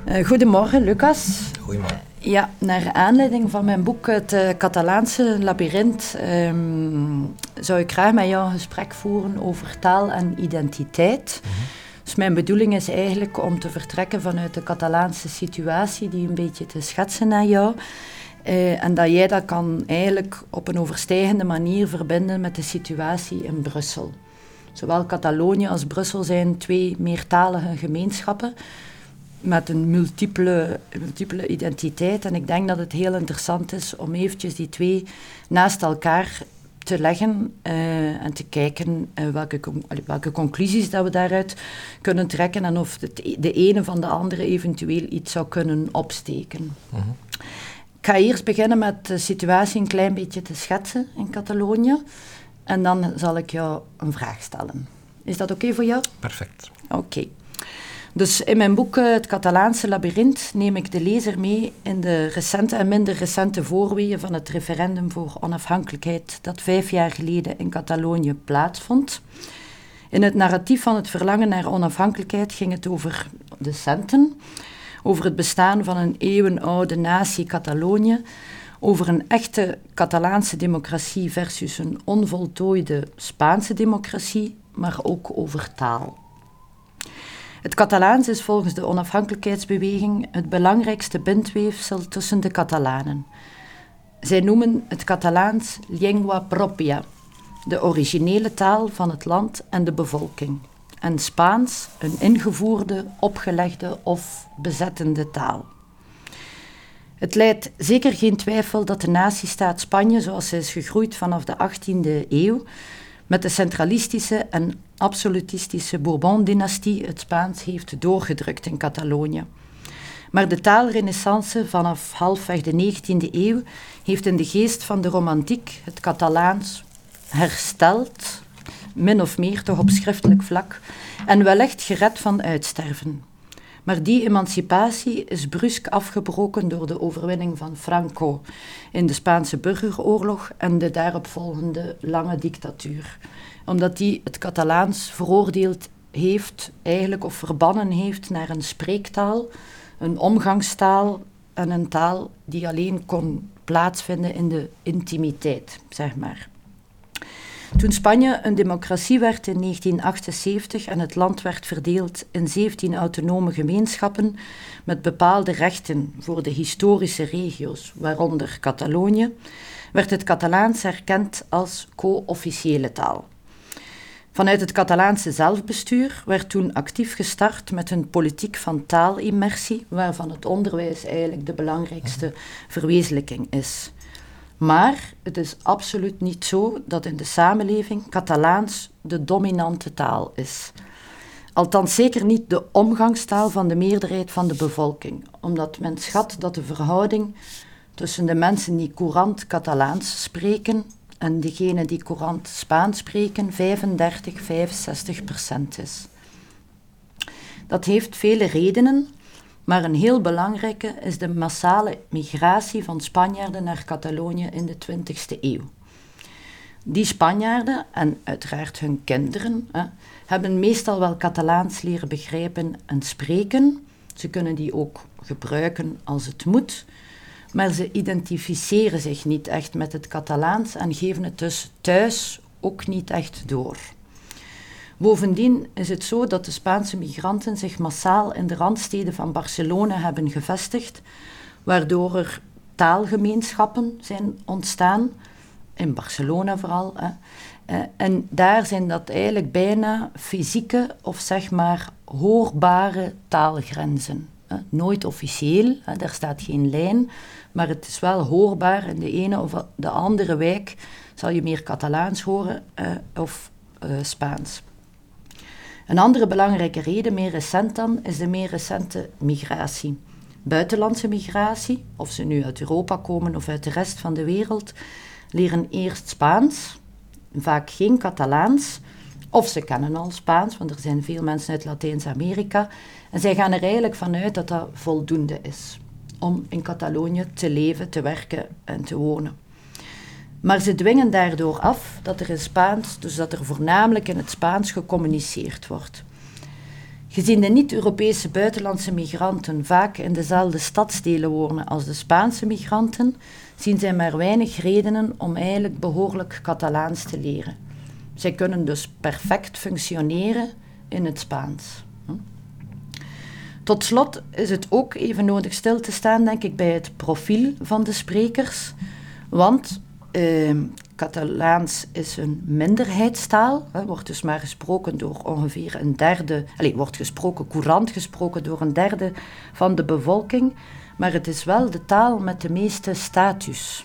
Goedemorgen, Lucas. Goedemorgen. Ja, naar aanleiding van mijn boek Het Catalaanse Labyrinth zou ik graag met jou een gesprek voeren over taal en identiteit. Dus mijn bedoeling is eigenlijk om te vertrekken vanuit de Catalaanse situatie, die een beetje te schetsen naar jou. En dat jij dat kan eigenlijk op een overstijgende manier verbinden met de situatie in Brussel. Zowel Catalonië als Brussel zijn twee meertalige gemeenschappen met een multiple identiteit. En ik denk dat het heel interessant is om eventjes die twee naast elkaar te leggen en te kijken welke conclusies dat we daaruit kunnen trekken en of de ene van de andere eventueel iets zou kunnen opsteken. Mm-hmm. Ik ga eerst beginnen met de situatie een klein beetje te schetsen in Catalonië en dan zal ik jou een vraag stellen. Is dat oké voor jou? Perfect. Oké. Dus in mijn boek Het Catalaanse Labyrinth neem ik de lezer mee in de recente en minder recente voorweeën van het referendum voor onafhankelijkheid dat 5 jaar geleden in Catalonië plaatsvond. In het narratief van het verlangen naar onafhankelijkheid ging het over de centen, over het bestaan van een eeuwenoude natie Catalonië, over een echte Catalaanse democratie versus een onvoltooide Spaanse democratie, maar ook over taal. Het Catalaans is volgens de onafhankelijkheidsbeweging het belangrijkste bindweefsel tussen de Catalanen. Zij noemen het Catalaans lengua propia, de originele taal van het land en de bevolking, en Spaans een ingevoerde, opgelegde of bezettende taal. Het leidt zeker geen twijfel dat de natiestaat Spanje, zoals zij is gegroeid vanaf de 18e eeuw, met de centralistische en absolutistische Bourbon-dynastie het Spaans heeft doorgedrukt in Catalonië. Maar de taalrenaissance vanaf halfweg de 19e eeuw heeft in de geest van de romantiek het Catalaans hersteld, min of meer toch op schriftelijk vlak, en wellicht gered van uitsterven. Maar die emancipatie is brusk afgebroken door de overwinning van Franco in de Spaanse burgeroorlog en de daaropvolgende lange dictatuur. Omdat die het Catalaans veroordeeld heeft, eigenlijk, of verbannen heeft naar een spreektaal, een omgangstaal en een taal die alleen kon plaatsvinden in de intimiteit, zeg maar. Toen Spanje een democratie werd in 1978 en het land werd verdeeld in 17 autonome gemeenschappen met bepaalde rechten voor de historische regio's, waaronder Catalonië, werd het Catalaans erkend als co-officiële taal. Vanuit het Catalaanse zelfbestuur werd toen actief gestart met een politiek van taalimmersie, waarvan het onderwijs eigenlijk de belangrijkste verwezenlijking is. Maar het is absoluut niet zo dat in de samenleving Catalaans de dominante taal is. Althans zeker niet de omgangstaal van de meerderheid van de bevolking, omdat men schat dat de verhouding tussen de mensen die courant Catalaans spreken en degenen die courant Spaans spreken 35-65% is. Dat heeft vele redenen. Maar een heel belangrijke is de massale migratie van Spanjaarden naar Catalonië in de 20e eeuw. Die Spanjaarden, en uiteraard hun kinderen, hebben meestal wel Catalaans leren begrijpen en spreken. Ze kunnen die ook gebruiken als het moet, maar ze identificeren zich niet echt met het Catalaans en geven het dus thuis ook niet echt door. Bovendien is het zo dat de Spaanse migranten zich massaal in de randsteden van Barcelona hebben gevestigd, waardoor er taalgemeenschappen zijn ontstaan, in Barcelona vooral. En daar zijn dat eigenlijk bijna fysieke of zeg maar hoorbare taalgrenzen. Nooit officieel, daar staat geen lijn, maar het is wel hoorbaar. In de ene of de andere wijk zal je meer Catalaans horen of Spaans. Een andere belangrijke reden, meer recent dan, is de meer recente migratie. Buitenlandse migratie, of ze nu uit Europa komen of uit de rest van de wereld, leren eerst Spaans, vaak geen Catalaans, of ze kennen al Spaans, want er zijn veel mensen uit Latijns-Amerika, en zij gaan er eigenlijk vanuit dat dat voldoende is om in Catalonië te leven, te werken en te wonen. Maar ze dwingen daardoor af dat er in Spaans, dus dat er voornamelijk in het Spaans gecommuniceerd wordt. Gezien de niet-Europese buitenlandse migranten vaak in dezelfde stadsdelen wonen als de Spaanse migranten, zien zij maar weinig redenen om eigenlijk behoorlijk Catalaans te leren. Zij kunnen dus perfect functioneren in het Spaans. Tot slot is het ook even nodig stil te staan, denk ik, bij het profiel van de sprekers. Want Catalaans is een minderheidstaal, wordt dus maar gesproken door ongeveer een derde, wordt gesproken, courant gesproken door een derde van de bevolking, maar het is wel de taal met de meeste status.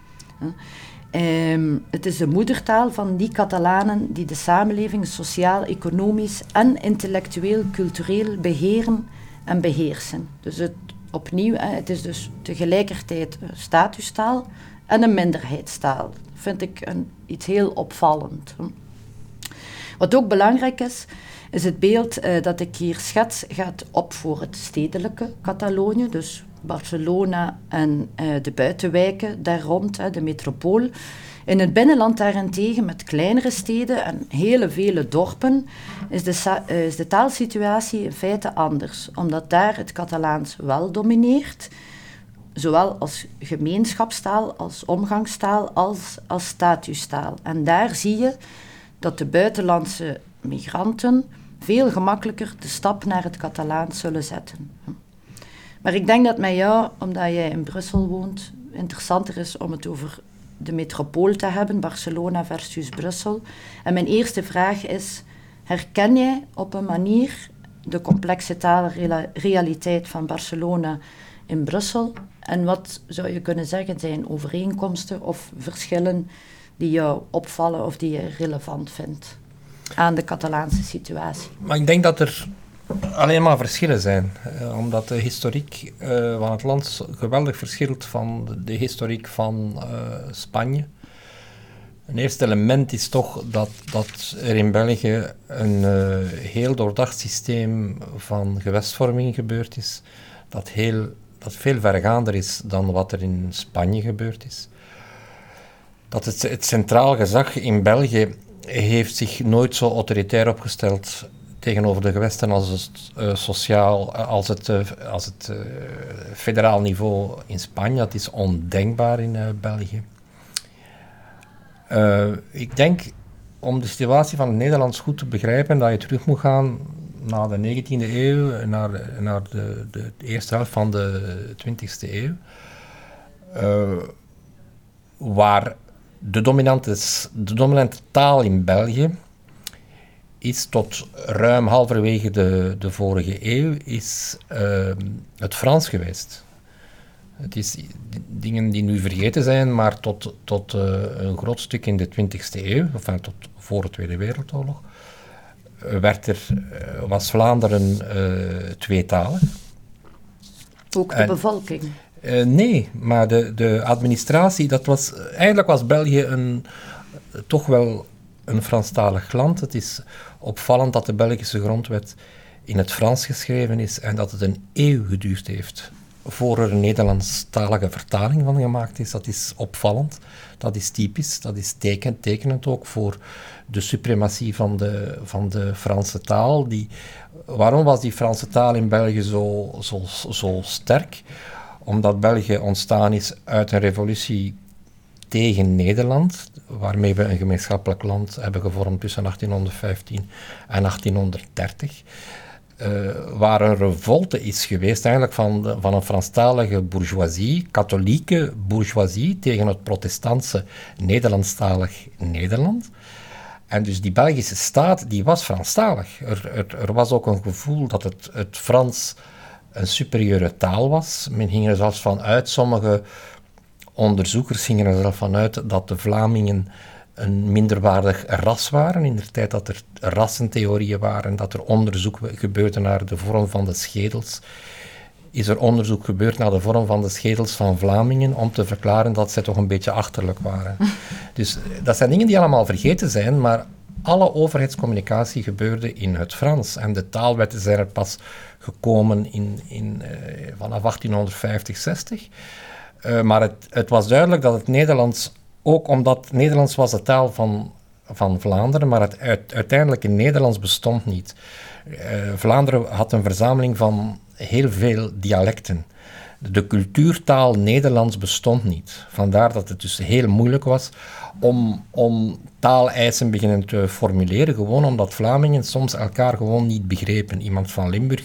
Het is de moedertaal van die Catalanen die de samenleving sociaal, economisch en intellectueel-cultureel beheren en beheersen. Dus het is dus tegelijkertijd een statustaal en een minderheidstaal. Dat vind ik iets heel opvallend. Wat ook belangrijk is het beeld dat ik hier schets gaat op voor het stedelijke Catalonië, dus Barcelona en de buitenwijken daar rond, de metropool. In het binnenland daarentegen, met kleinere steden en hele vele dorpen, is de taalsituatie in feite anders, omdat daar het Catalaans wel domineert, zowel als gemeenschapstaal, als omgangstaal, als statustaal. En daar zie je dat de buitenlandse migranten veel gemakkelijker de stap naar het Catalaans zullen zetten. Maar ik denk dat met jou, omdat jij in Brussel woont, interessanter is om het over de metropool te hebben, Barcelona versus Brussel. En mijn eerste vraag is, herken jij op een manier de complexe taalrealiteit van Barcelona in Brussel? En wat zou je kunnen zeggen zijn overeenkomsten of verschillen die jou opvallen of die je relevant vindt aan de Catalaanse situatie? Maar ik denk dat er alleen maar verschillen zijn, omdat de historiek van het land geweldig verschilt van de historiek van Spanje. Een eerste element is toch dat er in België een heel doordacht systeem van gewestvorming gebeurd is, dat veel vergaander is dan wat er in Spanje gebeurd is. Dat het centraal gezag in België heeft zich nooit zo autoritair opgesteld tegenover de gewesten als het federaal niveau in Spanje. Dat is ondenkbaar in België. Ik denk, om de situatie van het Nederlands goed te begrijpen, dat je terug moet gaan naar de 19e eeuw, naar de eerste helft van de 20e eeuw, waar de dominante taal in België is tot ruim halverwege de vorige eeuw het Frans geweest. Het is dingen die nu vergeten zijn, maar tot een groot stuk in de 20e eeuw, enfin tot voor de Tweede Wereldoorlog, was Vlaanderen tweetalig. Ook de bevolking? Nee, maar de administratie, eigenlijk was België toch wel een Franstalig land. Het is opvallend dat de Belgische grondwet in het Frans geschreven is en dat het een eeuw geduurd heeft voor er een Nederlandstalige vertaling van gemaakt is. Dat is opvallend, dat is typisch, dat is tekenend ook voor de suprematie van de Franse taal. Waarom was die Franse taal in België zo sterk? Omdat België ontstaan is uit een revolutie tegen Nederland, waarmee we een gemeenschappelijk land hebben gevormd tussen 1815 en 1830. Waar een revolte is geweest eigenlijk van een Franstalige bourgeoisie, katholieke bourgeoisie, tegen het protestantse Nederlandstalig Nederland. En dus die Belgische staat, die was Franstalig. Er was ook een gevoel dat het Frans een superieure taal was. Men ging er zelfs van uit, sommige onderzoekers gingen er zelf van uit dat de Vlamingen een minderwaardig ras waren, in de tijd dat er rassentheorieën waren, dat er onderzoek gebeurde naar de vorm van de schedels. Is er onderzoek gebeurd naar de vorm van de schedels van Vlamingen om te verklaren dat zij toch een beetje achterlijk waren. Dus dat zijn dingen die allemaal vergeten zijn, maar alle overheidscommunicatie gebeurde in het Frans. En de taalwetten zijn er pas gekomen vanaf 1850, 60. Maar het was duidelijk dat het Nederlands, ook omdat Nederlands was de taal van Vlaanderen, maar het uiteindelijke Nederlands bestond niet. Vlaanderen had een verzameling van heel veel dialecten. De cultuurtaal Nederlands bestond niet. Vandaar dat het dus heel moeilijk was om taaleisen beginnen te formuleren, gewoon omdat Vlamingen soms elkaar gewoon niet begrepen. Iemand van Limburg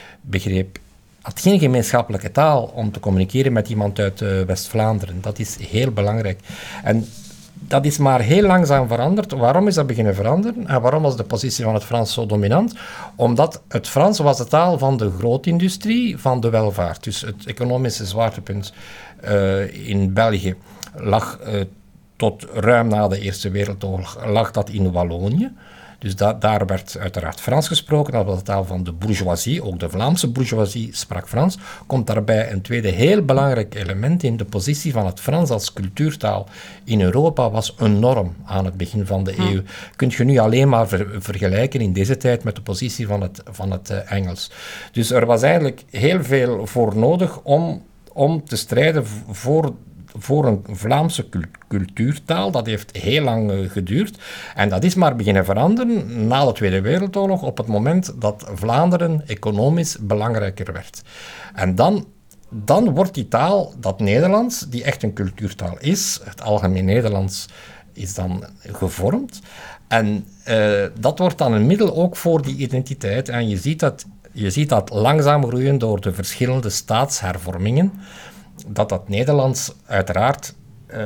had geen gemeenschappelijke taal om te communiceren met iemand uit West-Vlaanderen. Dat is heel belangrijk. En dat is maar heel langzaam veranderd. Waarom is dat beginnen veranderen? En waarom was de positie van het Frans zo dominant? Omdat het Frans was de taal van de grootindustrie, van de welvaart. Dus het economische zwaartepunt in België lag tot ruim na de Eerste Wereldoorlog lag dat in Wallonië. Dus daar werd uiteraard Frans gesproken. Dat was de taal van de bourgeoisie. Ook de Vlaamse bourgeoisie sprak Frans. Komt daarbij een tweede heel belangrijk element in. De positie van het Frans als cultuurtaal in Europa was enorm aan het begin van de eeuw. Kunt je nu alleen maar vergelijken in deze tijd met de positie van het Engels. Dus er was eigenlijk heel veel voor nodig om te strijden voor een Vlaamse cultuurtaal. Dat heeft heel lang geduurd. En dat is maar beginnen veranderen na de Tweede Wereldoorlog, op het moment dat Vlaanderen economisch belangrijker werd. En dan wordt die taal, dat Nederlands, die echt een cultuurtaal is, het algemeen Nederlands is dan gevormd. En dat wordt dan een middel ook voor die identiteit. En je ziet dat langzaam groeien door de verschillende staatshervormingen. Dat Nederlands uiteraard...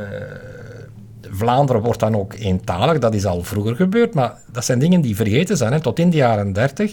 Vlaanderen wordt dan ook eentalig, dat is al vroeger gebeurd, maar dat zijn dingen die vergeten zijn. Hè. Tot in de jaren 30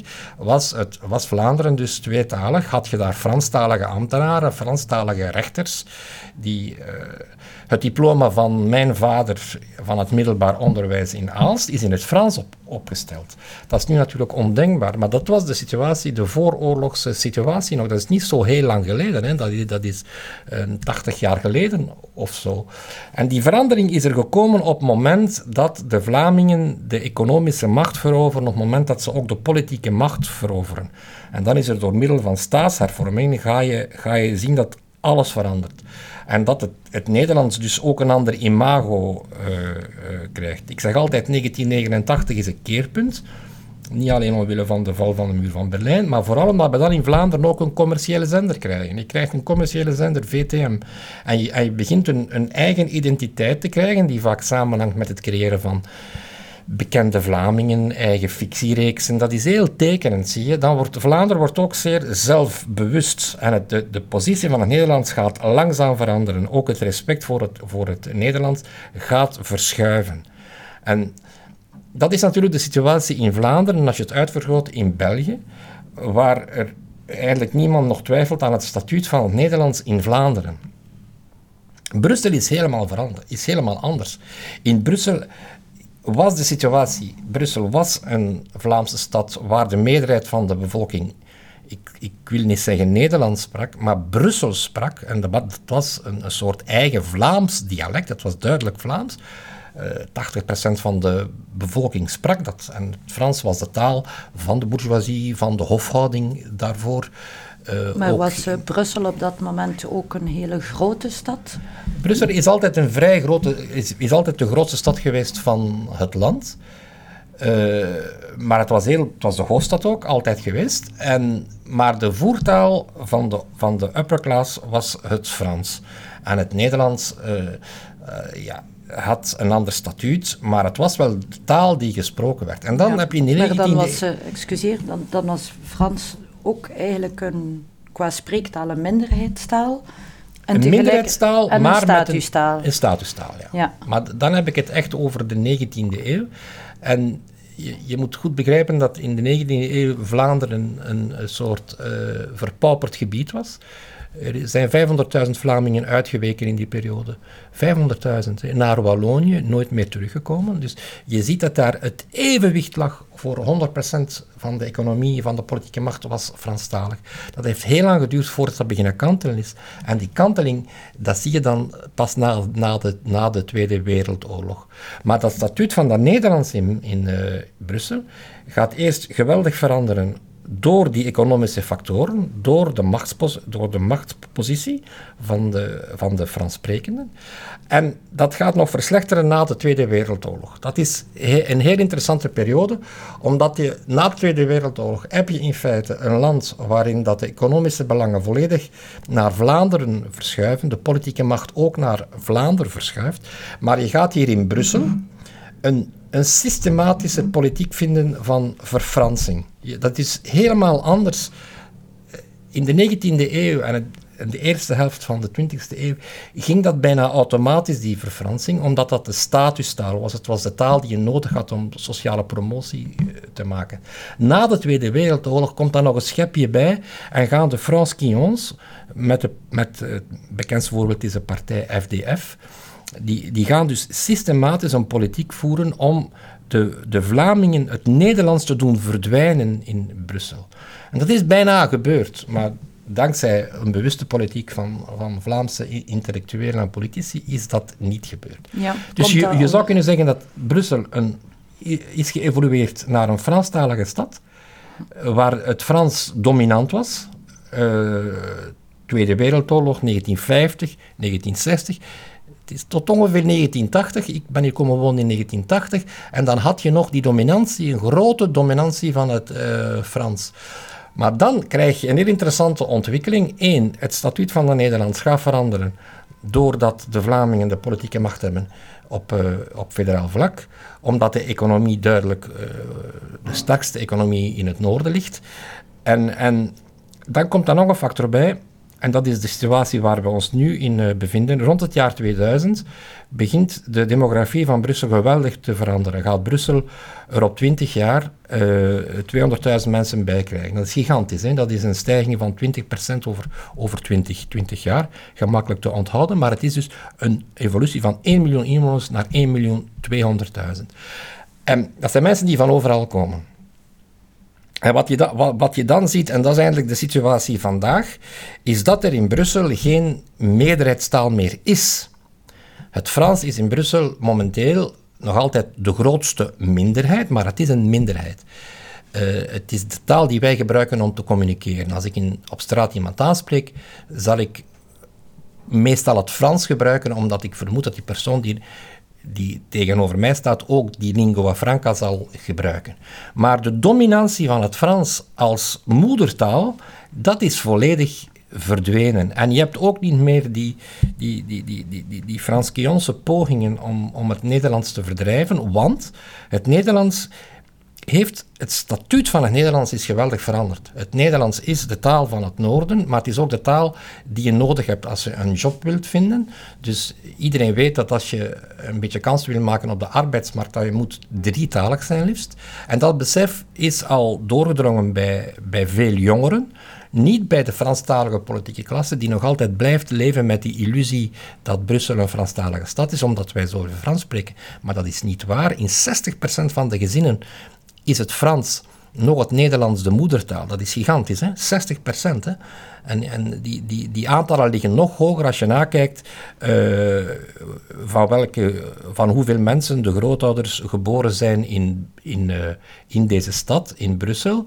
was Vlaanderen dus tweetalig. Had je daar Franstalige ambtenaren, Franstalige rechters, die... Het diploma van mijn vader van het middelbaar onderwijs in Aalst is in het Frans opgesteld. Dat is nu natuurlijk ondenkbaar, maar dat was de situatie, de vooroorlogse situatie nog. Dat is niet zo heel lang geleden, hè. Dat is 80 jaar geleden of zo. En die verandering is er gekomen op het moment dat de Vlamingen de economische macht veroveren, op het moment dat ze ook de politieke macht veroveren. En dan is er door middel van staatshervorming ga je zien dat alles verandert. En dat het Nederlands dus ook een ander imago krijgt. Ik zeg altijd, 1989 is een keerpunt. Niet alleen omwille van de val van de muur van Berlijn, maar vooral omdat we dan in Vlaanderen ook een commerciële zender krijgen. Je krijgt een commerciële zender, VTM. En je begint een eigen identiteit te krijgen, die vaak samenhangt met het creëren van bekende Vlamingen, eigen fictiereeksen. Dat is heel tekenend, zie je. Vlaanderen wordt ook zeer zelfbewust. En de positie van het Nederlands gaat langzaam veranderen. Ook het respect voor het Nederlands gaat verschuiven. En dat is natuurlijk de situatie in Vlaanderen, als je het uitvergroot in België, waar er eigenlijk niemand nog twijfelt aan het statuut van het Nederlands in Vlaanderen. Brussel is helemaal veranderd, is helemaal anders. In Brussel was de situatie, Brussel was een Vlaamse stad waar de meerderheid van de bevolking, ik wil niet zeggen Nederlands sprak, maar Brussel sprak. En dat was een soort eigen Vlaams dialect, het was duidelijk Vlaams. 80% van de bevolking sprak dat. En het Frans was de taal van de bourgeoisie, van de hofhouding daarvoor. Maar was Brussel op dat moment ook een hele grote stad? Brussel is altijd is altijd de grootste stad geweest van het land. Maar het was de hoofdstad ook, altijd geweest. Maar de voertaal van de upper class was het Frans. En het Nederlands had een ander statuut, maar het was wel de taal die gesproken werd. En dan heb je in de 19e... dan was Frans ook eigenlijk qua spreektaal een minderheidstaal. Een minderheidstaal, en maar een statustaal. Een statustaal, ja. Maar dan heb ik het echt over de 19e eeuw. En je moet goed begrijpen dat in de 19e eeuw Vlaanderen een soort verpauperd gebied was. Er zijn 500.000 Vlamingen uitgeweken in die periode. 500.000 naar Wallonië, nooit meer teruggekomen. Dus je ziet dat daar het evenwicht lag voor 100% van de economie, van de politieke macht was Franstalig. Dat heeft heel lang geduurd voordat dat beginnen kantelen is. En die kanteling, dat zie je dan pas na de Tweede Wereldoorlog. Maar dat statuut van dat Nederlands in Brussel gaat eerst geweldig veranderen door die economische factoren, door de machtspositie van de Frans sprekenden. En dat gaat nog verslechteren na de Tweede Wereldoorlog. Dat is een heel interessante periode, omdat je na de Tweede Wereldoorlog heb je in feite een land waarin dat de economische belangen volledig naar Vlaanderen verschuiven, de politieke macht ook naar Vlaanderen verschuift, maar je gaat hier in Brussel een systematische politiek vinden van verfransing. Dat is helemaal anders. In de 19e eeuw en de eerste helft van de 20e eeuw ging dat bijna automatisch, die verfransing, omdat dat de statustaal was. Het was de taal die je nodig had om sociale promotie te maken. Na de Tweede Wereldoorlog komt daar nog een schepje bij en gaan de Franskillons, met het bekendste voorbeeld is de partij FDF, die gaan dus systematisch een politiek voeren om de Vlamingen het Nederlands te doen verdwijnen in Brussel. En dat is bijna gebeurd, maar dankzij een bewuste politiek van Vlaamse intellectuelen en politici is dat niet gebeurd. Ja, dus je zou kunnen zeggen dat Brussel is geëvolueerd naar een Franstalige stad, waar het Frans dominant was. Tweede Wereldoorlog, 1950, 1960... Het is tot ongeveer 1980, ik ben hier komen wonen in 1980, en dan had je nog die dominantie, een grote dominantie van het Frans. Maar dan krijg je een heel interessante ontwikkeling. Eén, het statuut van de Nederlands gaat veranderen, doordat de Vlamingen de politieke macht hebben op federaal vlak, omdat de economie duidelijk de sterkste economie in het noorden ligt. En dan komt er nog een factor bij. En dat is de situatie waar we ons nu in bevinden. Rond het jaar 2000 begint de demografie van Brussel geweldig te veranderen. Gaat Brussel er op 20 jaar 200.000 mensen bij krijgen. Dat is gigantisch. Hè? Dat is een stijging van 20% over 20 jaar. Gemakkelijk te onthouden, maar het is dus een evolutie van 1 miljoen inwoners naar 1.200.000. En dat zijn mensen die van overal komen. En wat je dan ziet, en dat is eigenlijk de situatie vandaag, is dat er in Brussel geen meerderheidstaal meer is. Het Frans is in Brussel momenteel nog altijd de grootste minderheid, maar het is een minderheid. Het is de taal die wij gebruiken om te communiceren. Als ik op straat iemand aanspreek, zal ik meestal het Frans gebruiken, omdat ik vermoed dat die persoon die tegenover mij staat ook die lingua franca zal gebruiken. Maar de dominantie van het Frans als moedertaal, dat is volledig verdwenen. En je hebt ook niet meer die Franskillonse pogingen om het Nederlands te verdrijven, want het Nederlands heeft, het statuut van het Nederlands is geweldig veranderd. Het Nederlands is de taal van het noorden, maar het is ook de taal die je nodig hebt als je een job wilt vinden. Dus iedereen weet dat als je een beetje kans wil maken op de arbeidsmarkt, dat je moet drietalig zijn liefst. En dat besef is al doorgedrongen bij veel jongeren. Niet bij de Franstalige politieke klasse, die nog altijd blijft leven met die illusie dat Brussel een Franstalige stad is, omdat wij zo Frans spreken. Maar dat is niet waar. In 60% van de gezinnen is het Frans nog het Nederlands de moedertaal. Dat is gigantisch, hè? 60%. Hè? En die aantallen liggen nog hoger als je nakijkt van hoeveel mensen de grootouders geboren zijn in deze stad, in Brussel.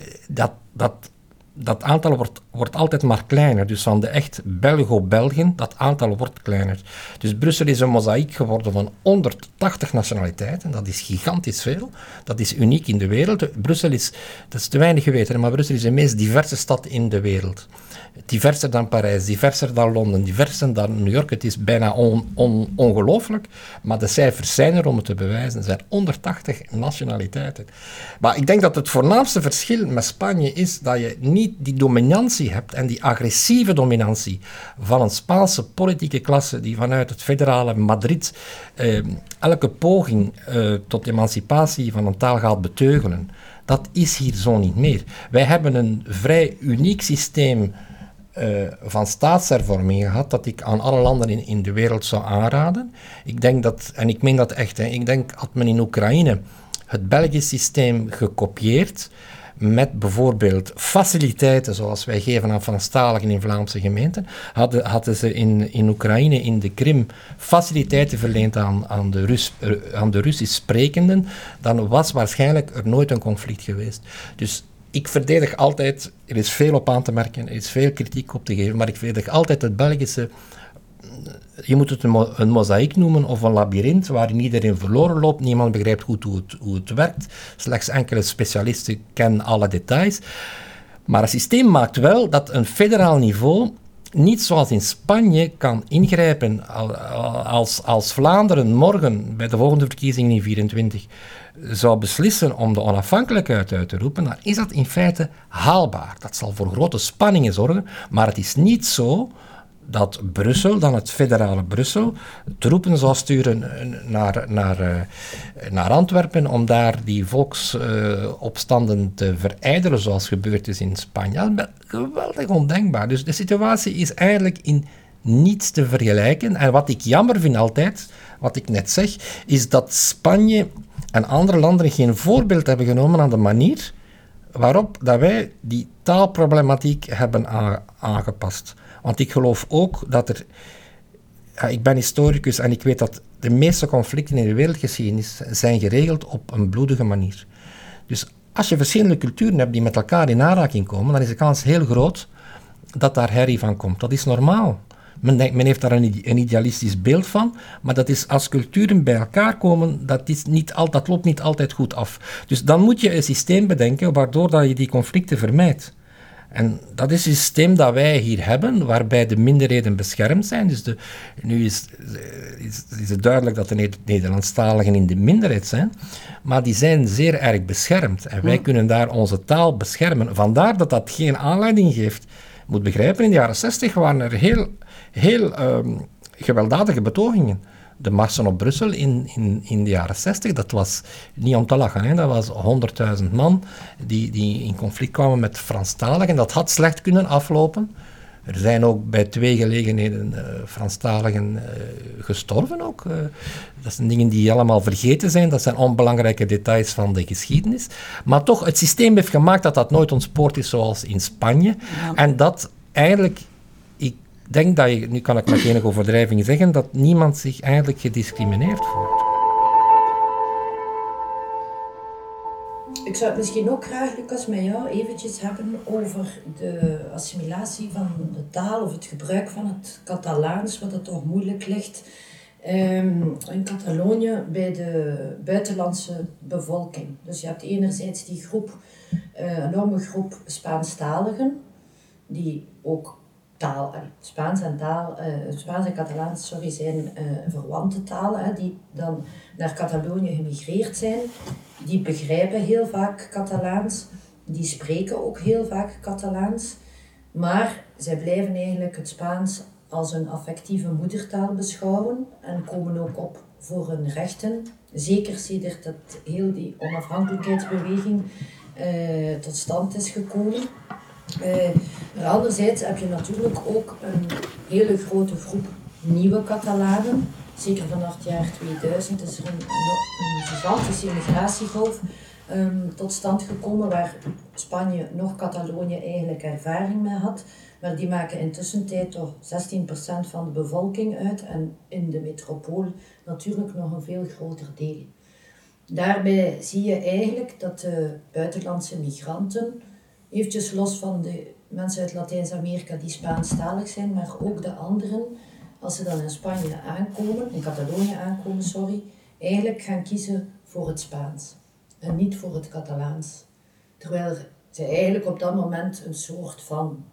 Dat aantal wordt altijd maar kleiner. Dus van de echt Belgo-Belgen, dat aantal wordt kleiner. Dus Brussel is een mozaïek geworden van 180 nationaliteiten. Dat is gigantisch veel. Dat is uniek in de wereld. Brussel is, dat is te weinig geweten, maar Brussel is de meest diverse stad in de wereld. Diverser dan Parijs, diverser dan Londen, diverser dan New York. Het is bijna ongelooflijk, maar de cijfers zijn er om het te bewijzen. Er zijn 180 nationaliteiten. Maar ik denk dat het voornaamste verschil met Spanje is dat je niet die dominantie hebt en die agressieve dominantie van een Spaanse politieke klasse die vanuit het federale Madrid elke poging tot emancipatie van een taal gaat beteugelen. Dat is hier zo niet meer. Wij hebben een vrij uniek systeem van staatshervorming gehad dat ik aan alle landen in de wereld zou aanraden. Ik denk dat, en ik meen dat echt, ik denk had men in Oekraïne het Belgisch systeem gekopieerd met bijvoorbeeld faciliteiten zoals wij geven aan Franstaligen in Vlaamse gemeenten, hadden ze in Oekraïne, in de Krim, faciliteiten verleend aan de Russisch sprekenden, dan was waarschijnlijk er nooit een conflict geweest. Dus ik verdedig altijd, er is veel op aan te merken, er is veel kritiek op te geven, maar ik verdedig altijd het Belgische, je moet het een mozaïek noemen of een labyrint waarin iedereen verloren loopt, niemand begrijpt goed hoe het werkt, slechts enkele specialisten kennen alle details. Maar het systeem maakt wel dat een federaal niveau niet zoals in Spanje kan ingrijpen. Als Vlaanderen morgen bij de volgende verkiezingen in 2024 zou beslissen om de onafhankelijkheid uit te roepen, dan is dat in feite haalbaar. Dat zal voor grote spanningen zorgen, maar het is niet zo dat Brussel, dan het federale Brussel, troepen zou sturen naar Antwerpen om daar die volksopstanden te verijdelen, zoals gebeurd is in Spanje. Dat is geweldig ondenkbaar. Dus de situatie is eigenlijk in niets te vergelijken. En wat ik jammer vind altijd, wat ik net zeg, is dat Spanje en andere landen geen voorbeeld hebben genomen aan de manier waarop dat wij die taalproblematiek hebben aangepast. Want ik geloof ook dat er... Ja, ik ben historicus en ik weet dat de meeste conflicten in de wereldgeschiedenis zijn geregeld op een bloedige manier. Dus als je verschillende culturen hebt die met elkaar in aanraking komen, dan is de kans heel groot dat daar herrie van komt. Dat is normaal. Men heeft daar een idealistisch beeld van, maar dat is als culturen bij elkaar komen, dat loopt niet altijd goed af. Dus dan moet je een systeem bedenken waardoor dat je die conflicten vermijdt. En dat is een systeem dat wij hier hebben, waarbij de minderheden beschermd zijn. Dus nu is het duidelijk dat de Nederlandstaligen in de minderheid zijn, maar die zijn zeer erg beschermd. En wij kunnen daar onze taal beschermen. Vandaar dat dat geen aanleiding geeft. Je moet begrijpen, in de jaren 60 waren er heel gewelddadige betogingen. De marsen op Brussel in de jaren 60, dat was niet om te lachen. Hè. Dat was 100.000 man die in conflict kwamen met Franstaligen. Dat had slecht kunnen aflopen. Er zijn ook bij 2 gelegenheden Franstaligen gestorven ook. Dat zijn dingen die allemaal vergeten zijn. Dat zijn onbelangrijke details van de geschiedenis. Maar toch, het systeem heeft gemaakt dat dat nooit ontspoord is zoals in Spanje. Ja. En dat eigenlijk... Ik denk dat nu kan ik met enige overdrijving zeggen, dat niemand zich eigenlijk gediscrimineerd voelt. Ik zou het misschien ook graag, Lucas, met jou eventjes hebben over de assimilatie van de taal of het gebruik van het Catalaans, wat het toch moeilijk ligt in Catalonië bij de buitenlandse bevolking. Dus je hebt enerzijds die groep, enorme groep Spaanstaligen, die ook Spaans en Catalaans zijn verwante talen, die dan naar Catalonië gemigreerd zijn. Die begrijpen heel vaak Catalaans, die spreken ook heel vaak Catalaans, maar zij blijven eigenlijk het Spaans als een affectieve moedertaal beschouwen en komen ook op voor hun rechten. Zeker sedert dat heel die onafhankelijkheidsbeweging tot stand is gekomen. Maar anderzijds heb je natuurlijk ook een hele grote groep nieuwe Catalanen. Zeker vanaf het jaar 2000 is er een gigantische immigratiegolf tot stand gekomen waar Spanje nog Catalonië eigenlijk ervaring mee had. Maar die maken intussen toch 16% van de bevolking uit en in de metropool natuurlijk nog een veel groter deel. Daarbij zie je eigenlijk dat de buitenlandse migranten, eventjes los van de mensen uit Latijns-Amerika die Spaanstalig zijn, maar ook de anderen, als ze dan in Spanje aankomen, in Catalonië aankomen, eigenlijk gaan kiezen voor het Spaans en niet voor het Catalaans. Terwijl ze eigenlijk op dat moment een soort van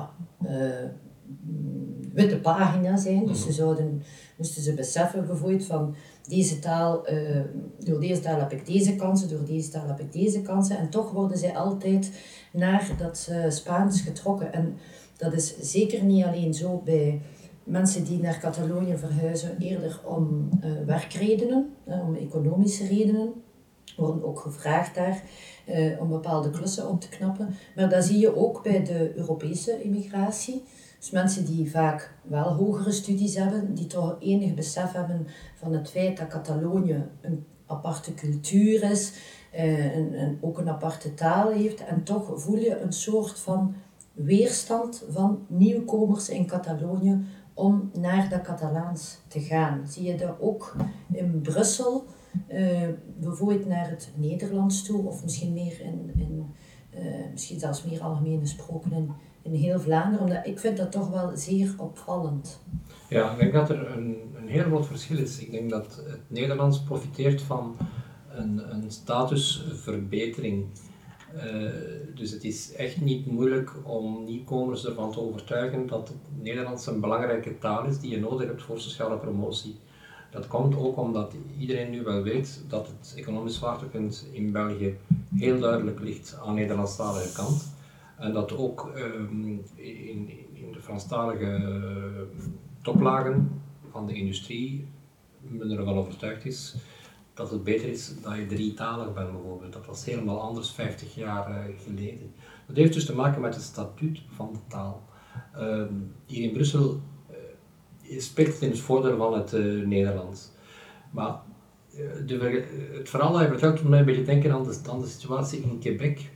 witte pagina zijn. Dus moesten ze beseffen bijvoorbeeld van deze taal, door deze taal heb ik deze kansen, door deze taal heb ik deze kansen. En toch worden zij altijd naar dat Spaans getrokken. En dat is zeker niet alleen zo bij mensen die naar Catalonië verhuizen, eerder om werkredenen, om economische redenen. Worden ook gevraagd daar om bepaalde klussen op te knappen. Maar dat zie je ook bij de Europese immigratie. Dus mensen die vaak wel hogere studies hebben, die toch enig besef hebben van het feit dat Catalonië een aparte cultuur is, ook een aparte taal heeft. En toch voel je een soort van weerstand van nieuwkomers in Catalonië om naar dat Catalaans te gaan. Zie je dat ook in Brussel, bijvoorbeeld naar het Nederlands toe, of misschien meer misschien zelfs meer algemeen gesproken in heel Vlaanderen, omdat ik vind dat toch wel zeer opvallend. Ja, ik denk dat er een heel groot verschil is. Ik denk dat het Nederlands profiteert van een statusverbetering. Dus het is echt niet moeilijk om nieuwkomers ervan te overtuigen dat het Nederlands een belangrijke taal is die je nodig hebt voor sociale promotie. Dat komt ook omdat iedereen nu wel weet dat het economisch zwaartepunt in België heel duidelijk ligt aan de Nederlandstalige kant. En dat ook in de Franstalige toplagen van de industrie men er wel overtuigd is dat het beter is dat je drietalig bent bijvoorbeeld. Dat was helemaal anders 50 jaar geleden. Dat heeft dus te maken met het statuut van de taal. Hier in Brussel spreekt het in het voordeel van het Nederlands. Maar het verhaal dat je vertelt doet mij een beetje denken aan de situatie in Quebec.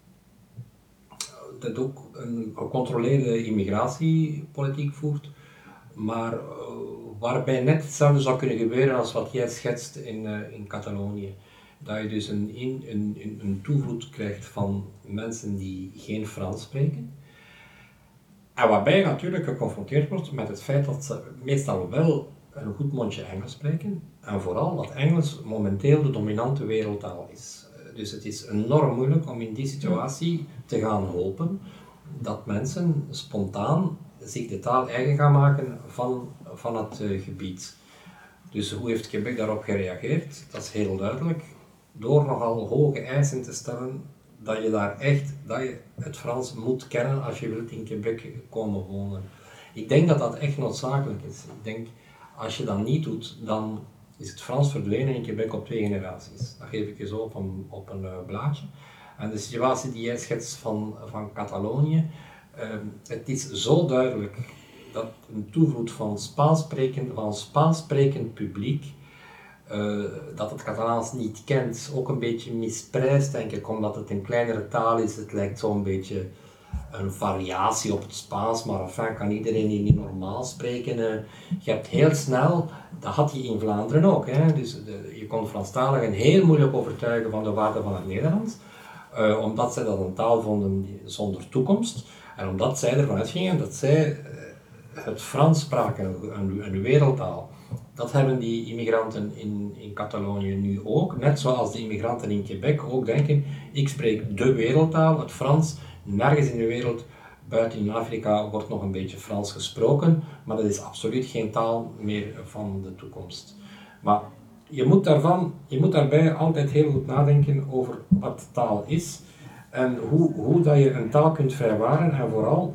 Dat ook een gecontroleerde immigratiepolitiek voert, maar waarbij net hetzelfde zou kunnen gebeuren als wat jij schetst in Catalonië. Dat je dus een toevloed krijgt van mensen die geen Frans spreken. En waarbij je natuurlijk geconfronteerd wordt met het feit dat ze meestal wel een goed mondje Engels spreken. En vooral dat Engels momenteel de dominante wereldtaal is. Dus het is enorm moeilijk om in die situatie te gaan hopen dat mensen spontaan zich de taal eigen gaan maken van het gebied. Dus hoe heeft Quebec daarop gereageerd? Dat is heel duidelijk. Door nogal hoge eisen te stellen dat je het Frans moet kennen als je wilt in Quebec komen wonen. Ik denk dat dat echt noodzakelijk is. Ik denk, als je dat niet doet, dan is het Frans verdwenen in Quebec op 2 generaties. Dat geef ik je zo op een blaadje. En de situatie die jij schetst van Catalonië, het is zo duidelijk dat een toevloed van Spaans sprekend publiek, dat het Catalaans niet kent, ook een beetje misprijst, denk ik, omdat het een kleinere taal is. Het lijkt zo'n beetje een variatie op het Spaans, maar enfin kan iedereen hier niet normaal spreken. Je hebt heel snel, dat had je in Vlaanderen ook, hè? Dus je kon Franstaligen heel moeilijk overtuigen van de waarde van het Nederlands, omdat zij dat een taal vonden zonder toekomst, en omdat zij ervan uitgingen dat zij het Frans spraken, een wereldtaal. Dat hebben die immigranten in Catalonië nu ook, net zoals de immigranten in Quebec ook denken, ik spreek de wereldtaal, het Frans. Nergens in de wereld, buiten in Afrika, wordt nog een beetje Frans gesproken, maar dat is absoluut geen taal meer van de toekomst. Maar je moet daarbij altijd heel goed nadenken over wat taal is en hoe dat je een taal kunt vrijwaren en vooral,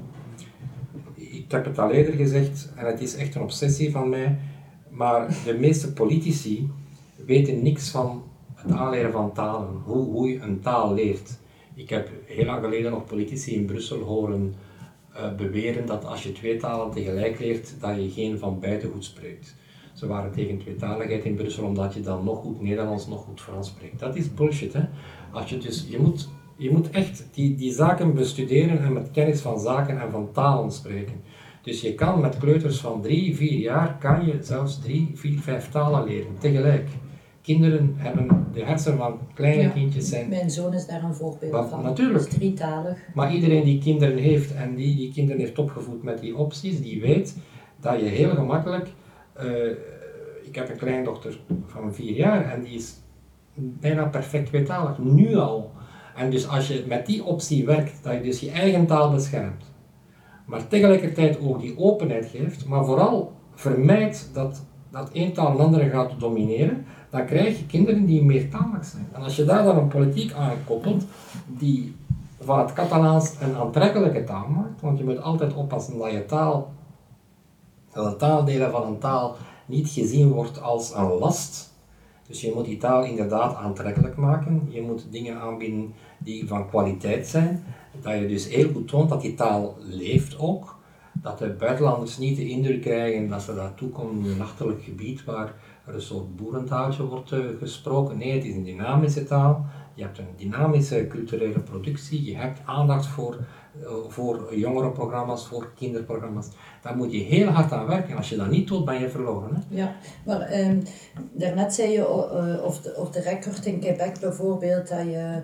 ik heb het al eerder gezegd en het is echt een obsessie van mij, maar de meeste politici weten niks van het aanleren van talen, hoe je een taal leert. Ik heb heel lang geleden nog politici in Brussel horen beweren dat als je 2 talen tegelijk leert, dat je geen van beide goed spreekt. Ze waren tegen tweetaligheid in Brussel omdat je dan nog goed Nederlands, nog goed Frans spreekt. Dat is bullshit, hè. Je moet echt die zaken bestuderen en met kennis van zaken en van talen spreken. Dus je kan met kleuters van 3, 4 jaar, kan je zelfs 3, 4, 5 talen leren, tegelijk. Kinderen hebben de hersenen van kleine kindjes zijn... Mijn zoon is daar een voorbeeld van. Natuurlijk. Is 3-talig. Maar iedereen die kinderen heeft en die kinderen heeft opgevoed met die opties, die weet dat je heel gemakkelijk... ik heb een kleindochter van 4 jaar en die is bijna perfect tweetalig, nu al. En dus als je met die optie werkt, dat je dus je eigen taal beschermt, maar tegelijkertijd ook die openheid geeft, maar vooral vermijdt dat één taal een andere gaat domineren, dan krijg je kinderen die meertalig zijn. En als je daar dan een politiek aan koppelt die van het Catalaans een aantrekkelijke taal maakt, want je moet altijd oppassen dat de taaldelen van een taal niet gezien wordt als een last. Dus je moet die taal inderdaad aantrekkelijk maken. Je moet dingen aanbieden die van kwaliteit zijn. Dat je dus heel goed toont dat die taal leeft ook. Dat de buitenlanders niet de indruk krijgen dat ze daartoe komen in een achterlijk gebied waar er een soort boerentaaltje wordt gesproken. Nee, het is een dynamische taal. Je hebt een dynamische culturele productie. Je hebt aandacht voor jongerenprogramma's, voor kinderprogramma's. Daar moet je heel hard aan werken. Als je dat niet doet, ben je verloren. Hè? Ja, maar daarnet zei je of de record in Quebec bijvoorbeeld, dat je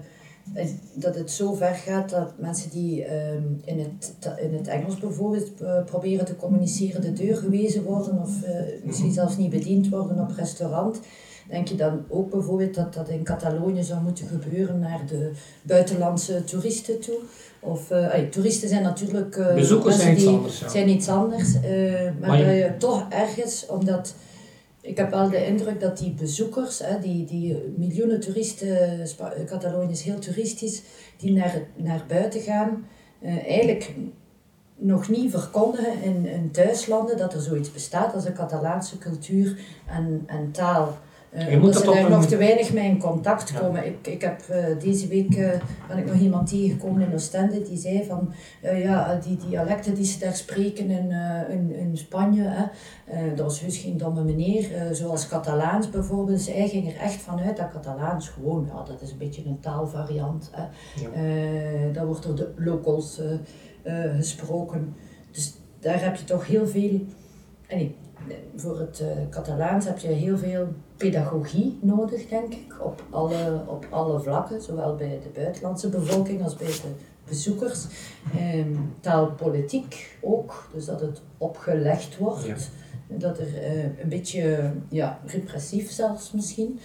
dat het zo ver gaat dat mensen die in het Engels bijvoorbeeld proberen te communiceren, de deur gewezen worden of misschien zelfs niet bediend worden op restaurant. Denk je dan ook bijvoorbeeld dat dat in Catalonië zou moeten gebeuren naar de buitenlandse toeristen toe? Of, toeristen zijn natuurlijk... bezoekers zijn iets anders. Ja. Zijn iets anders, maar dat je toch ergens, omdat... Ik heb wel de indruk dat die bezoekers, die miljoenen toeristen, Catalonië is heel toeristisch, die naar buiten gaan, eigenlijk nog niet verkondigen in thuislanden dat er zoiets bestaat als een Catalaanse cultuur en taal. Omdat ze daar nog te weinig mee in contact komen. Ja. Ik heb deze week ben ik nog iemand tegengekomen in Oostende die zei van die dialecten die ze daar spreken in Spanje, dat was heus geen domme meneer, zoals Catalaans bijvoorbeeld. Hij ging er echt vanuit dat Catalaans gewoon, dat is een beetje een taalvariant. Ja. Dat wordt door de locals gesproken. Dus daar heb je toch heel veel... voor het Catalaans heb je heel veel pedagogie nodig, denk ik, op alle vlakken, zowel bij de buitenlandse bevolking als bij de bezoekers. Taalpolitiek ook, dus dat het opgelegd wordt, dat er een beetje repressief zelfs misschien,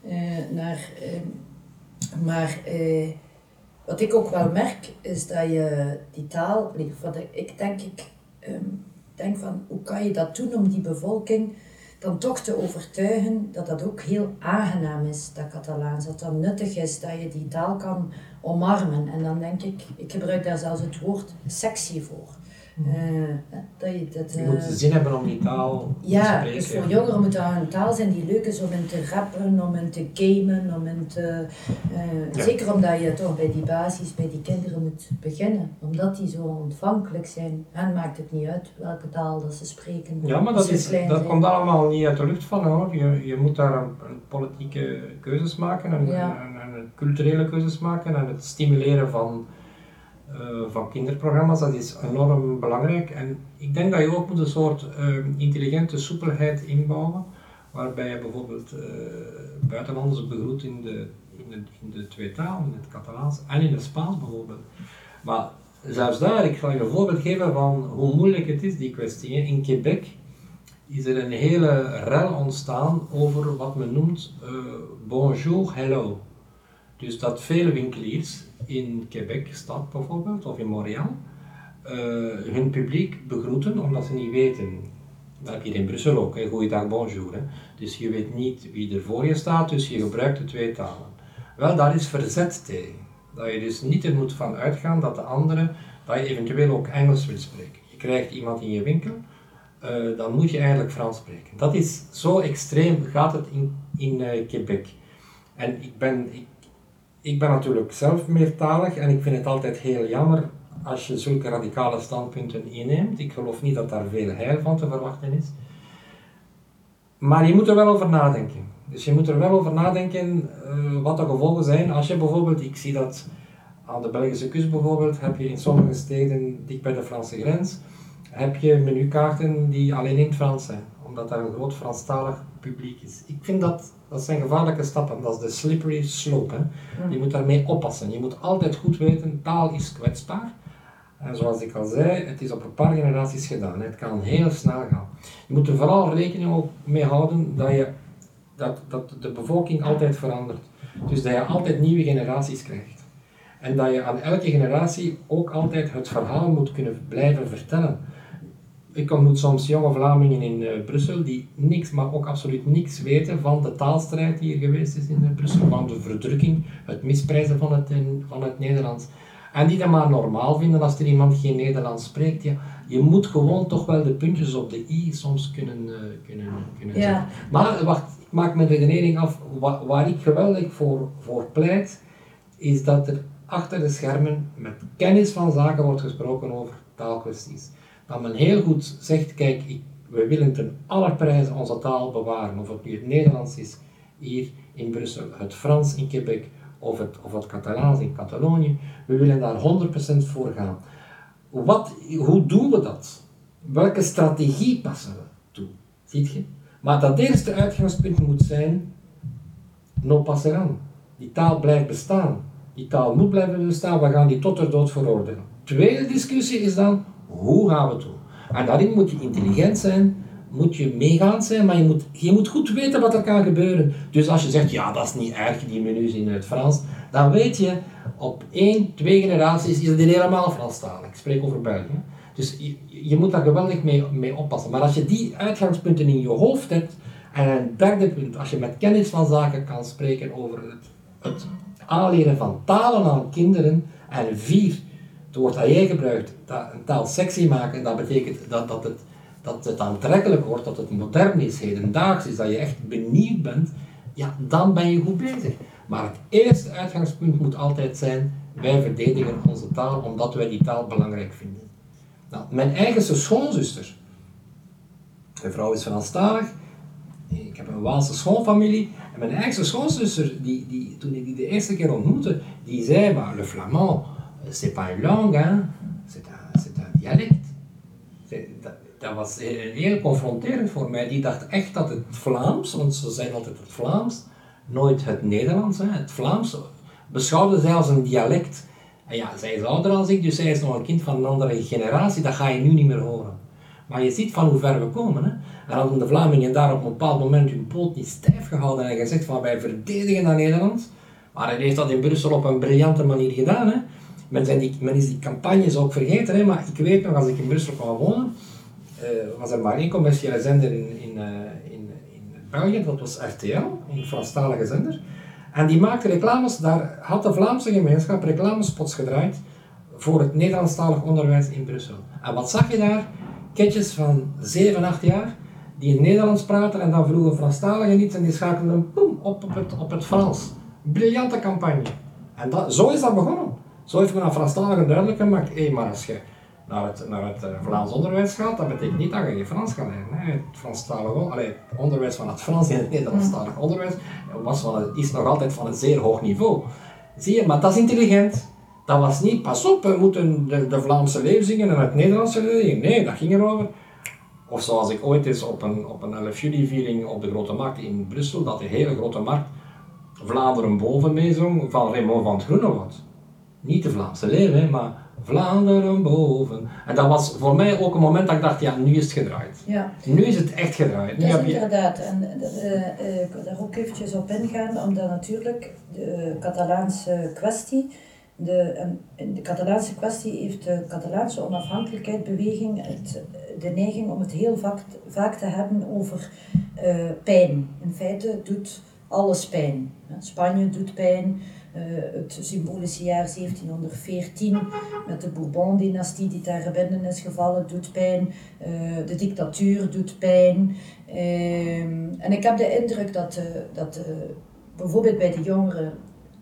maar wat ik ook wel merk is dat je die taal, ik denk van hoe kan je dat doen om die bevolking dan toch te overtuigen dat dat ook heel aangenaam is, dat Catalaans, dat dat nuttig is, dat je die taal kan omarmen. En dan denk ik gebruik daar zelfs het woord sexy voor. Je moet de zin hebben om die taal te spreken. Dus voor jongeren moet dat een taal zijn die leuk is om in te rappen, om in te gamen, om in te... Zeker omdat je toch bij die basis, bij die kinderen moet beginnen. Omdat die zo ontvankelijk zijn. En maakt het niet uit welke taal dat ze spreken. Ja, maar dat komt allemaal niet uit de lucht vallen hoor. Je moet daar een politieke keuzes maken en culturele keuzes maken en het stimuleren van kinderprogramma's, dat is enorm belangrijk. En ik denk dat je ook moet een soort intelligente soepelheid inbouwen, waarbij je bijvoorbeeld buitenlanders begroet in de twee talen, in het Catalaans en in het Spaans bijvoorbeeld. Maar zelfs daar, ik zal je een voorbeeld geven van hoe moeilijk het is, die kwestie. In Quebec is er een hele rel ontstaan over wat men noemt bonjour, hello. Dus dat vele winkeliers in Quebec stad bijvoorbeeld, of in Montreal, hun publiek begroeten omdat ze niet weten. Dat heb je in Brussel ook, goeiedag, bonjour. Hè. Dus je weet niet wie er voor je staat, dus je gebruikt de twee talen. Wel, daar is verzet tegen. Dat je dus niet er moet van uitgaan dat de andere, dat je eventueel ook Engels wil spreken. Je krijgt iemand in je winkel, dan moet je eigenlijk Frans spreken. Dat is zo extreem, gaat het in Quebec. En ik ben natuurlijk zelf meertalig en ik vind het altijd heel jammer als je zulke radicale standpunten inneemt. Ik geloof niet dat daar veel heil van te verwachten is. Maar je moet er wel over nadenken. Dus je moet er wel over nadenken wat de gevolgen zijn. Als je bijvoorbeeld, ik zie dat aan de Belgische kust bijvoorbeeld, heb je in sommige steden dicht bij de Franse grens, heb je menukaarten die alleen in het Frans zijn. Omdat daar een groot Franstalig publiek is. Ik vind dat zijn gevaarlijke stappen, dat is de slippery slope. Hè. Je moet daarmee oppassen. Je moet altijd goed weten, taal is kwetsbaar. En zoals ik al zei, het is op een paar generaties gedaan. Het kan heel snel gaan. Je moet er vooral rekening ook mee houden dat de bevolking altijd verandert. Dus dat je altijd nieuwe generaties krijgt. En dat je aan elke generatie ook altijd het verhaal moet kunnen blijven vertellen. Ik ontmoet soms jonge Vlamingen in Brussel die niks, maar ook absoluut niks weten van de taalstrijd die er geweest is in Brussel, van de verdrukking, het misprijzen van het Nederlands. En die dat maar normaal vinden als er iemand geen Nederlands spreekt. Ja, je moet gewoon toch wel de puntjes op de i soms kunnen zetten. Maar wacht, ik maak mijn redenering af. Waar ik geweldig voor pleit, is dat er achter de schermen met kennis van zaken wordt gesproken over taalkwesties. Dat men heel goed zegt, kijk, we willen ten alle prijzen onze taal bewaren. Of het nu het Nederlands is hier in Brussel, het Frans in Quebec of het Catalaans in Catalonië. We willen daar 100% voor gaan. Hoe doen we dat? Welke strategie passen we toe? Ziet je? Maar dat eerste uitgangspunt moet zijn, no passerán. Die taal blijft bestaan. Die taal moet blijven bestaan, we gaan die tot de dood veroordelen. Tweede discussie is dan, hoe gaan we het doen? En daarin moet je intelligent zijn, moet je meegaand zijn, maar je moet goed weten wat er kan gebeuren. Dus als je zegt, ja, dat is niet erg, die menus in het Frans, dan weet je, op 1, 2 generaties is het helemaal Franstalig. Ik spreek over België. Dus je moet daar geweldig mee oppassen. Maar als je die uitgangspunten in je hoofd hebt, en een derde punt, als je met kennis van zaken kan spreken over het aanleren van talen aan kinderen, en 4, het woord dat jij gebruikt, dat een taal sexy maken, dat betekent dat het aantrekkelijk wordt, dat het modern is, hedendaags is, dat je echt benieuwd bent, ja, dan ben je goed bezig. Maar het eerste uitgangspunt moet altijd zijn, wij verdedigen onze taal omdat wij die taal belangrijk vinden. Nou, mijn eigen schoonzuster, mijn vrouw is Franstalig, ik heb een Waalse schoonfamilie, en mijn eigen schoonzuster, toen ik die de eerste keer ontmoette, die zei, maar le flamand, c'est pas une langue, hein? C'est un dialect. Dat was heel confronterend voor mij. Die dacht echt dat het Vlaams, want ze zijn altijd het Vlaams, nooit het Nederlands, hè. Het Vlaams beschouwde zij als een dialect. En ja, zij is ouder dan ik, dus zij is nog een kind van een andere generatie, dat ga je nu niet meer horen. Maar je ziet van hoe ver we komen. Hè. En hadden de Vlamingen daar op een bepaald moment hun poot niet stijf gehouden en gezegd van wij verdedigen dat Nederlands. Maar hij heeft dat in Brussel op een briljante manier gedaan. Hè. Men is die campagnes ook vergeten, hè. Maar ik weet nog, als ik in Brussel kwam wonen, was er maar één commerciële zender in België, dat was RTL, een Franstalige zender. En die maakte reclames, daar had de Vlaamse gemeenschap reclamespots gedraaid voor het Nederlandstalig onderwijs in Brussel. En wat zag je daar? Kindjes van 7, 8 jaar, die in het Nederlands praten en dan vroegen Franstaligen iets en die schakelden boem, op het Frans. Briljante campagne. En zo is dat begonnen. Zo heeft men aan Franstaligen duidelijk gemaakt, maar als je naar het Vlaams onderwijs gaat, dat betekent niet dat je geen Frans kan leren. Hè. Het onderwijs van het Frans in het Nederlandstalig onderwijs is nog altijd van een zeer hoog niveau. Zie je, maar dat is intelligent. Dat was niet, pas op, we moeten de Vlaamse leeuw zingen en het Nederlandse leeuw. Nee, dat ging erover. Of zoals ik ooit eens op een 11 juli viering op de Grote Markt in Brussel, dat de hele Grote Markt Vlaanderen boven meezong van Raymond van het Groenewoud. Niet de Vlaamse leeuw, hè, maar Vlaanderen boven. En dat was voor mij ook een moment dat ik dacht, ja, nu is het gedraaid. Ja. Nu is het echt gedraaid. Nu heb je... Inderdaad, en ik wil daar ook eventjes op ingaan, omdat natuurlijk de Catalaanse kwestie, in de Catalaanse kwestie heeft de Catalaanse onafhankelijkheidsbeweging de neiging om het heel vaak te hebben over pijn. In feite doet alles pijn. Spanje doet pijn. Het symbolische jaar 1714 met de Bourbon-dynastie die daar binnen is gevallen doet pijn. De dictatuur doet pijn. En ik heb de indruk dat bijvoorbeeld bij de jongeren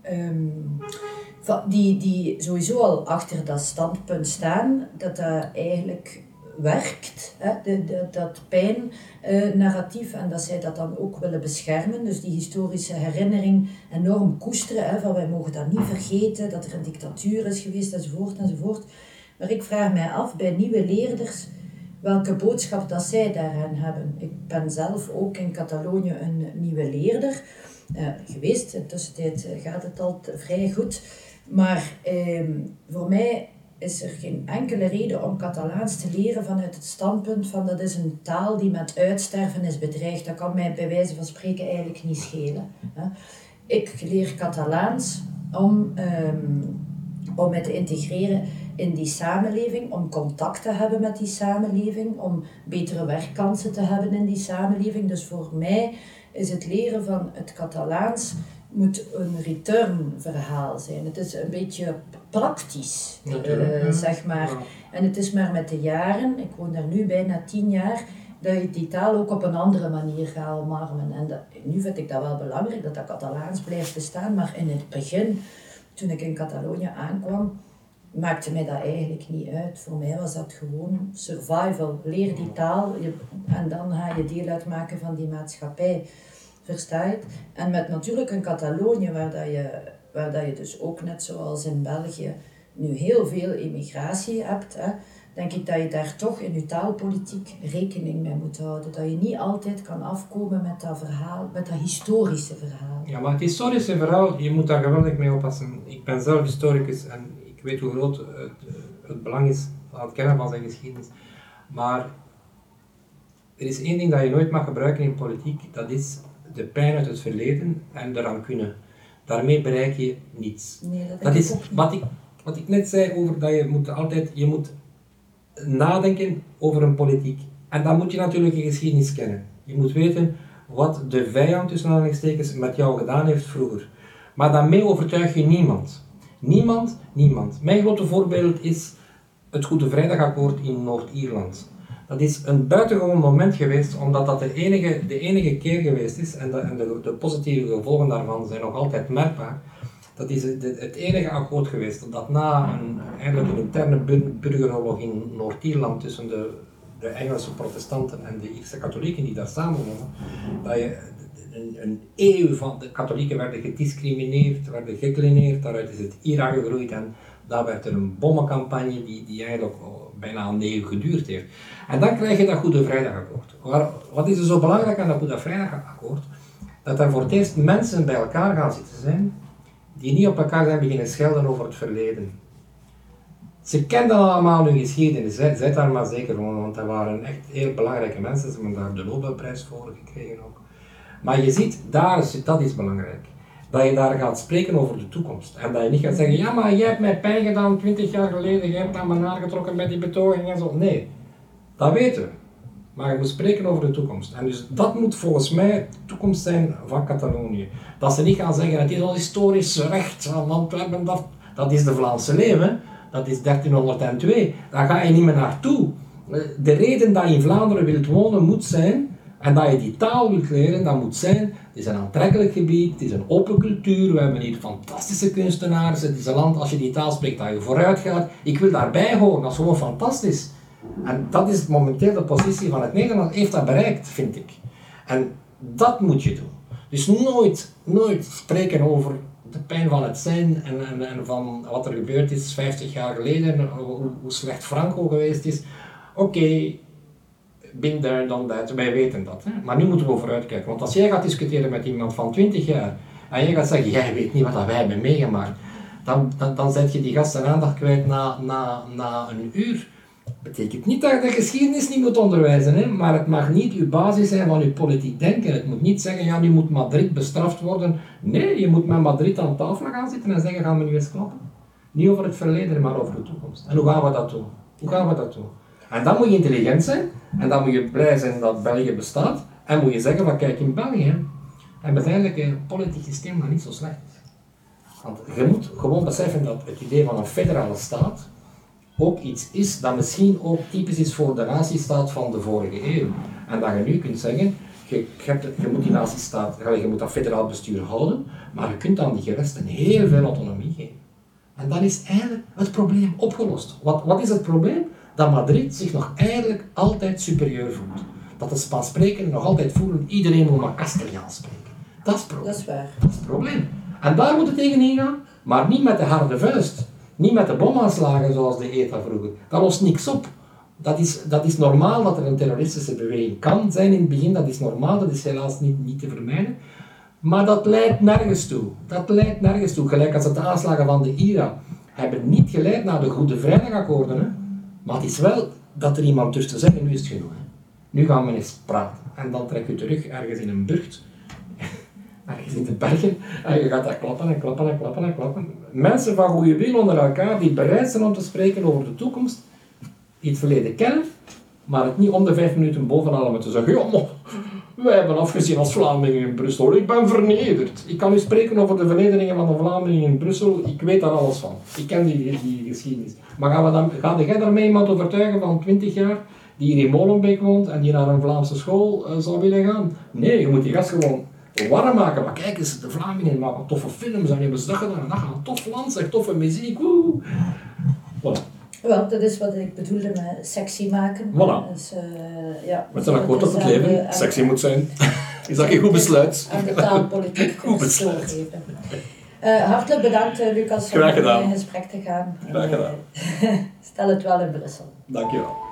die sowieso al achter dat standpunt staan, dat eigenlijk werkt, hè, dat pijnnarratief, en dat zij dat dan ook willen beschermen, dus die historische herinnering enorm koesteren, hè, van wij mogen dat niet vergeten, dat er een dictatuur is geweest, enzovoort. Maar ik vraag mij af, bij nieuwe leerders, welke boodschap dat zij daaraan hebben. Ik ben zelf ook in Catalonië een nieuwe leerder geweest, in de tussentijd gaat het al vrij goed, maar voor mij is er geen enkele reden om Catalaans te leren vanuit het standpunt van dat is een taal die met uitsterven is bedreigd. Dat kan mij bij wijze van spreken eigenlijk niet schelen. Ik leer Catalaans om me te integreren in die samenleving, om contact te hebben met die samenleving, om betere werkkansen te hebben in die samenleving. Dus voor mij is het leren van het Catalaans moet een return verhaal zijn. Het is een beetje praktisch, zeg maar. En het is maar met de jaren, ik woon daar nu bijna 10 jaar, dat je die taal ook op een andere manier gaat omarmen. En nu vind ik dat wel belangrijk, dat Catalaans blijft bestaan, maar in het begin, toen ik in Catalonië aankwam, maakte mij dat eigenlijk niet uit. Voor mij was dat gewoon survival. Leer die taal en dan ga je deel uitmaken van die maatschappij. Versta je het? En met natuurlijk een Catalonië waar dat je dus ook net zoals in België nu heel veel immigratie hebt. Hè. denk ik dat je daar toch in je taalpolitiek rekening mee moet houden. Dat je niet altijd kan afkomen met dat verhaal, met dat historische verhaal. Ja, maar het historische verhaal, je moet daar geweldig mee oppassen. Ik ben zelf historicus en ik weet hoe groot het belang is van het kennen van zijn geschiedenis. Maar er is één ding dat je nooit mag gebruiken in politiek, dat is de pijn uit het verleden en de rancune. Daarmee bereik je niets. Nee, dat is wat ik net zei over dat je moet nadenken over een politiek. En dan moet je natuurlijk je geschiedenis kennen. Je moet weten wat de vijand tussen aanhalingstekens met jou gedaan heeft vroeger. Maar daarmee overtuig je niemand. Niemand. Mijn grote voorbeeld is het Goede Vrijdagakkoord in Noord-Ierland. Dat is een buitengewoon moment geweest, omdat dat de enige keer geweest is, en de positieve gevolgen daarvan zijn nog altijd merkbaar. Dat is het enige akkoord geweest dat na eigenlijk een interne burgeroorlog in Noord-Ierland tussen de Engelse protestanten en de Ierse katholieken die daar samenwonen, dat je een eeuw van de katholieken werden gediscrimineerd, werden gekleineerd, daaruit is het IRA gegroeid en daar werd er een bommencampagne die eigenlijk bijna een eeuw geduurd heeft. En dan krijg je dat Goede Vrijdagakkoord. Wat is er zo belangrijk aan dat Goede Vrijdagakkoord? Dat er voor het eerst mensen bij elkaar gaan zitten zijn die niet op elkaar zijn beginnen schelden over het verleden. Ze kenden allemaal hun geschiedenis, zet daar maar zeker van, want dat waren echt heel belangrijke mensen, ze hebben daar de Nobelprijs voor gekregen ook. Maar je ziet, dat is belangrijk. Dat je daar gaat spreken over de toekomst. En dat je niet gaat zeggen, ja maar jij hebt mij pijn gedaan 20 jaar geleden, jij hebt aan me nagetrokken met die betoging en zo. Nee, dat weten we. Maar je moet spreken over de toekomst. En dus dat moet volgens mij de toekomst zijn van Catalonië. Dat ze niet gaan zeggen, het is ons historisch recht van Antwerpen, dat is de Vlaamse leeuw, hè? Dat is 1302. Daar ga je niet meer naartoe. De reden dat je in Vlaanderen wilt wonen moet zijn, en dat je die taal wilt leren, dat moet zijn, het is een aantrekkelijk gebied, het is een open cultuur, we hebben hier fantastische kunstenaars, het is een land, als je die taal spreekt, dat je vooruit gaat. Ik wil daarbij horen, dat is gewoon fantastisch. En dat is momenteel de positie van het Nederland, heeft dat bereikt, vind ik. En dat moet je doen. Dus nooit spreken over de pijn van het zijn en van wat er gebeurd is 50 jaar geleden, hoe slecht Franco geweest is. Oké, been there, done that, wij weten dat. Hè? Maar nu moeten we vooruitkijken. Want als jij gaat discussiëren met iemand van 20 jaar en jij gaat zeggen, jij weet niet wat wij hebben meegemaakt, dan zet je die gasten aandacht kwijt na een uur. Betekent niet dat je de geschiedenis niet moet onderwijzen, hè? Maar het mag niet uw basis zijn van uw politiek denken. Het moet niet zeggen, ja nu moet Madrid bestraft worden. Nee, je moet met Madrid aan tafel gaan zitten en zeggen, gaan we nu eens klappen. Niet over het verleden, maar over de toekomst. En hoe gaan we dat doen? En dan moet je intelligent zijn, en dan moet je blij zijn dat België bestaat, en moet je zeggen van kijk in België, en uiteindelijk een politiek systeem dat niet zo slecht is. Want je moet gewoon beseffen dat het idee van een federale staat ook iets is dat misschien ook typisch is voor de natiestaat van de vorige eeuw. En dat je nu kunt zeggen, je moet die natiestaat, je moet dat federaal bestuur houden, maar je kunt aan die geresten heel veel autonomie geven. En dan is eigenlijk het probleem opgelost. Wat is het probleem? Dat Madrid zich nog eigenlijk altijd superieur voelt. Dat de Spaansprekenden nog altijd voelen, iedereen moet maar Castellaans spreken. Dat is het probleem. Dat is waar. Dat is het probleem. En daar moet het tegen ingaan, maar niet met de harde vuist. Niet met de bomaanslagen zoals de ETA vroeger. Dat lost niks op. Dat is normaal dat er een terroristische beweging kan zijn in het begin, dat is normaal, dat is helaas niet te vermijden. Maar dat leidt nergens toe. Gelijk als het de aanslagen van de IRA hebben niet geleid naar de Goede Vrijdagakkoorden. Hè. Maar het is wel dat er iemand durft te zeggen, nu is het genoeg. Hè. Nu gaan we eens praten. En dan trek je terug ergens in een burcht, ergens in de bergen, en je gaat daar klappen. Mensen van goede wil onder elkaar die bereid zijn om te spreken over de toekomst, die het verleden kennen, maar het niet om de 5 minuten bovenal met te zeggen, ja, maar wij hebben afgezien als Vlamingen in Brussel, ik ben vernederd. Ik kan u spreken over de vernederingen van de Vlamingen in Brussel, ik weet daar alles van. Ik ken die geschiedenis. Maar ga jij daarmee iemand overtuigen van 20 jaar, die hier in Molenbeek woont en die naar een Vlaamse school zou willen gaan? Nee, je moet die gast gewoon warm maken. Maar kijk eens, de Vlamingen maken toffe films en hebben ze dat gedaan. En dat gaat een tof land, zeg, toffe muziek. Woe. Voilà. Wel, dat is wat ik bedoelde met sexy maken. Voilà. Dus, ja, met zijn akkoord dat het leven sexy moet zijn. Is dat geen goed besluit? Aan de taalpolitiek goed besluit. Hartelijk bedankt, Lucas, om met mij in gesprek te gaan. Graag gedaan. Stel het wel in Brussel. Dankjewel.